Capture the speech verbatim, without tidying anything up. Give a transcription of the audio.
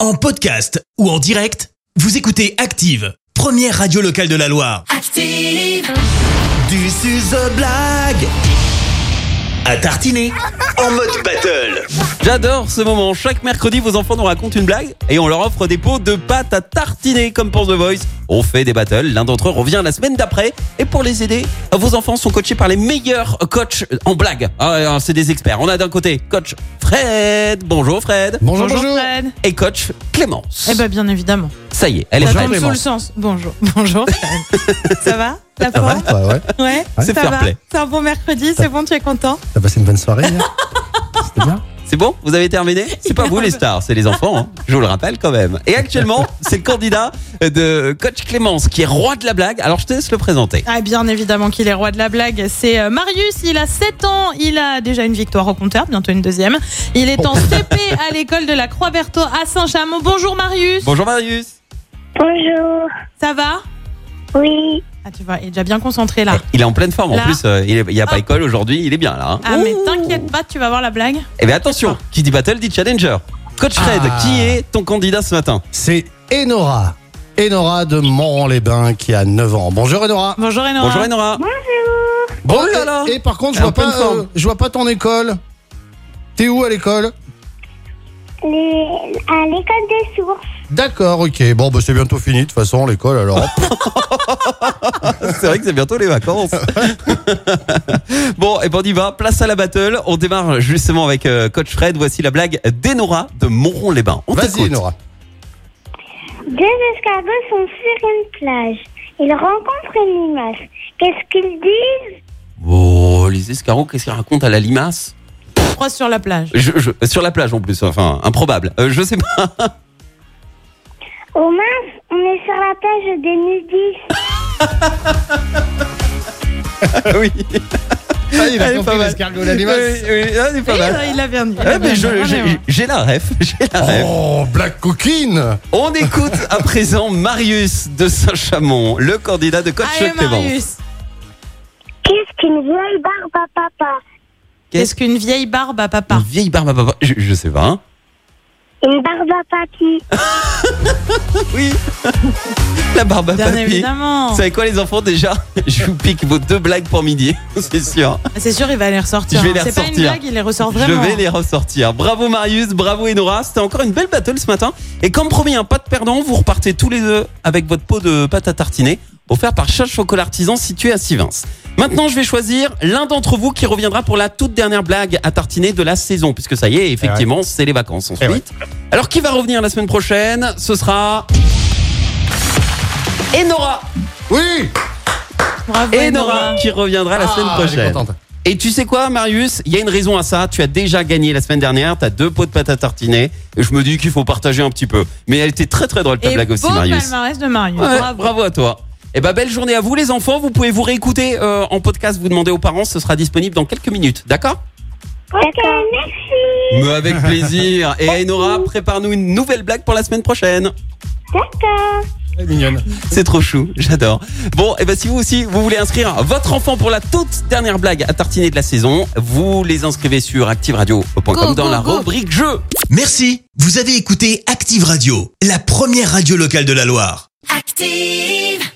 En podcast ou en direct, vous écoutez Active, première radio locale de la Loire. Active. This is a blague à tartiner en mode battle. J'adore ce moment. Chaque mercredi, vos enfants nous racontent une blague et on leur offre des pots de pâte à tartiner comme pour The Voice. On fait des battles. L'un d'entre eux revient la semaine d'après. Et pour les aider, vos enfants sont coachés par les meilleurs coachs en blague. Ah, c'est des experts. On a d'un côté coach Fred. Bonjour Fred. Bonjour, Bonjour, bonjour. Fred. Et coach Clémence. Eh ben bien évidemment. Ça y est, elle est Ça prête. tombe sous le sens. Bonjour. Bonjour Fred. Ça va la Ça va, forme? toi, ouais. Ouais. C'est ça fair va. play. C'est un bon mercredi, c'est bon, tu es content? T'as passé une bonne soirée hier? C'était bien? C'est bon? Vous avez terminé? C'est pas vous les stars, c'est les enfants. Hein. Je vous le rappelle quand même. Et actuellement, c'est le candidat de coach Clémence qui est roi de la blague. Alors je te laisse le présenter. Ah bien évidemment qu'il est roi de la blague. C'est euh, Marius, il a sept ans, il a déjà une victoire au compteur, bientôt une deuxième. Il est en C P à l'école de la Croix-Berthaud à Saint-Chamond. Bonjour Marius. Bonjour Marius. Bonjour. Ça va? Oui. Ah tu vois, il est déjà bien concentré là. Il est en pleine forme. En Là. plus, euh, il n'y a pas Ah. école aujourd'hui. Il est bien là. Hein. Ah mais t'inquiète pas, tu vas voir la blague. Eh bien attention, qui dit battle dit challenger. Coach Fred, Ah. qui est ton candidat ce matin? C'est Enora. Enora de Montron-les-Bains qui a neuf ans. Bonjour Enora. Bonjour Enora. Bonjour Enora. Bon, Oh là là. et, et par contre, je En vois, pleine pas, forme. euh, je vois pas ton école. T'es où à l'école? Les... À l'école des sources. D'accord, ok. Bon, bah, c'est bientôt fini de toute façon, l'école alors. C'est vrai que c'est bientôt les vacances. Bon, et ben on y va. Place à la battle. On démarre justement avec euh, coach Fred. Voici la blague d'Enora de Montron-les-Bains. On Vas-y, t'écoute. Enora. Deux escargots sont sur une plage. Ils rencontrent une limace. Qu'est-ce qu'ils disent? Oh, les escargots, qu'est-ce qu'ils racontent à la limace? Trois sur la plage. je, je, Sur la plage en plus, enfin, improbable. Euh, je sais pas. Oh mince, on est sur la plage des nudistes. Oui. Ah, il a Elle est compris pas mal. l'escargot, la limace. Oui, oui, elle est pas Oui, mal. il a bien dit. il a Ouais, mais bien je- dit. On est j'ai bon. j'ai la ref. J'ai la ref. Oh, blague coquine. On écoute à présent Marius de Saint-Chamond, le candidat de coach Allez Clémence. Marius. Qu'est-ce qu'une vieille barbe à papa? Qu'est-ce qu'une vieille barbe à Une papa? vieille barbe à papa. Je, je sais pas. Hein. Une barbe à papy. Oui. La barbe à Bien papy. évidemment. Vous savez quoi les enfants déjà? Je vous pique vos deux blagues pour midi, c'est sûr. C'est sûr, il va les ressortir. Je vais les C'est pas une ressortir. blague, il les ressort Je vraiment. vais les ressortir. Bravo Marius, bravo Enora. C'était encore une belle battle ce matin. Et comme promis, un pas de perdant, vous repartez tous les deux avec votre pot de pâte à tartiner, offert par Charles Chocolat Artisan situé à Sivins. Maintenant, je vais choisir l'un d'entre vous qui reviendra pour la toute dernière blague à tartiner de la saison, puisque ça y est, effectivement, c'est les vacances ensuite. Eh ouais. Alors, qui va revenir la semaine prochaine? Ce sera Enora. Oui. Bravo Enora Enora. qui reviendra la semaine Ah, elle est prochaine. contente. Et tu sais quoi, Marius? Il y a une raison à ça. Tu as déjà gagné la semaine dernière. Tu as deux pots de pâte à tartiner. Et je me dis qu'il faut partager un petit peu. Mais elle était très très drôle ta Et blague aussi, beau Marius. palmarès de Marius. Ouais, Bravo. bravo à toi. Et bah belle journée à vous les enfants. Vous pouvez vous réécouter euh, en podcast. Vous demandez aux parents. Ce sera disponible dans quelques minutes. D'accord? D'accord, merci. Mais avec plaisir. Et Enora, prépare-nous une nouvelle blague pour la semaine prochaine. D'accord. Elle est mignonne. C'est trop chou, j'adore. Bon, et ben si vous aussi, vous voulez inscrire votre enfant pour la toute dernière blague à tartiner de la saison, vous les inscrivez sur active radio point com Go, dans go, la go. rubrique jeu. Merci. Vous avez écouté Active Radio, la première radio locale de la Loire. Active.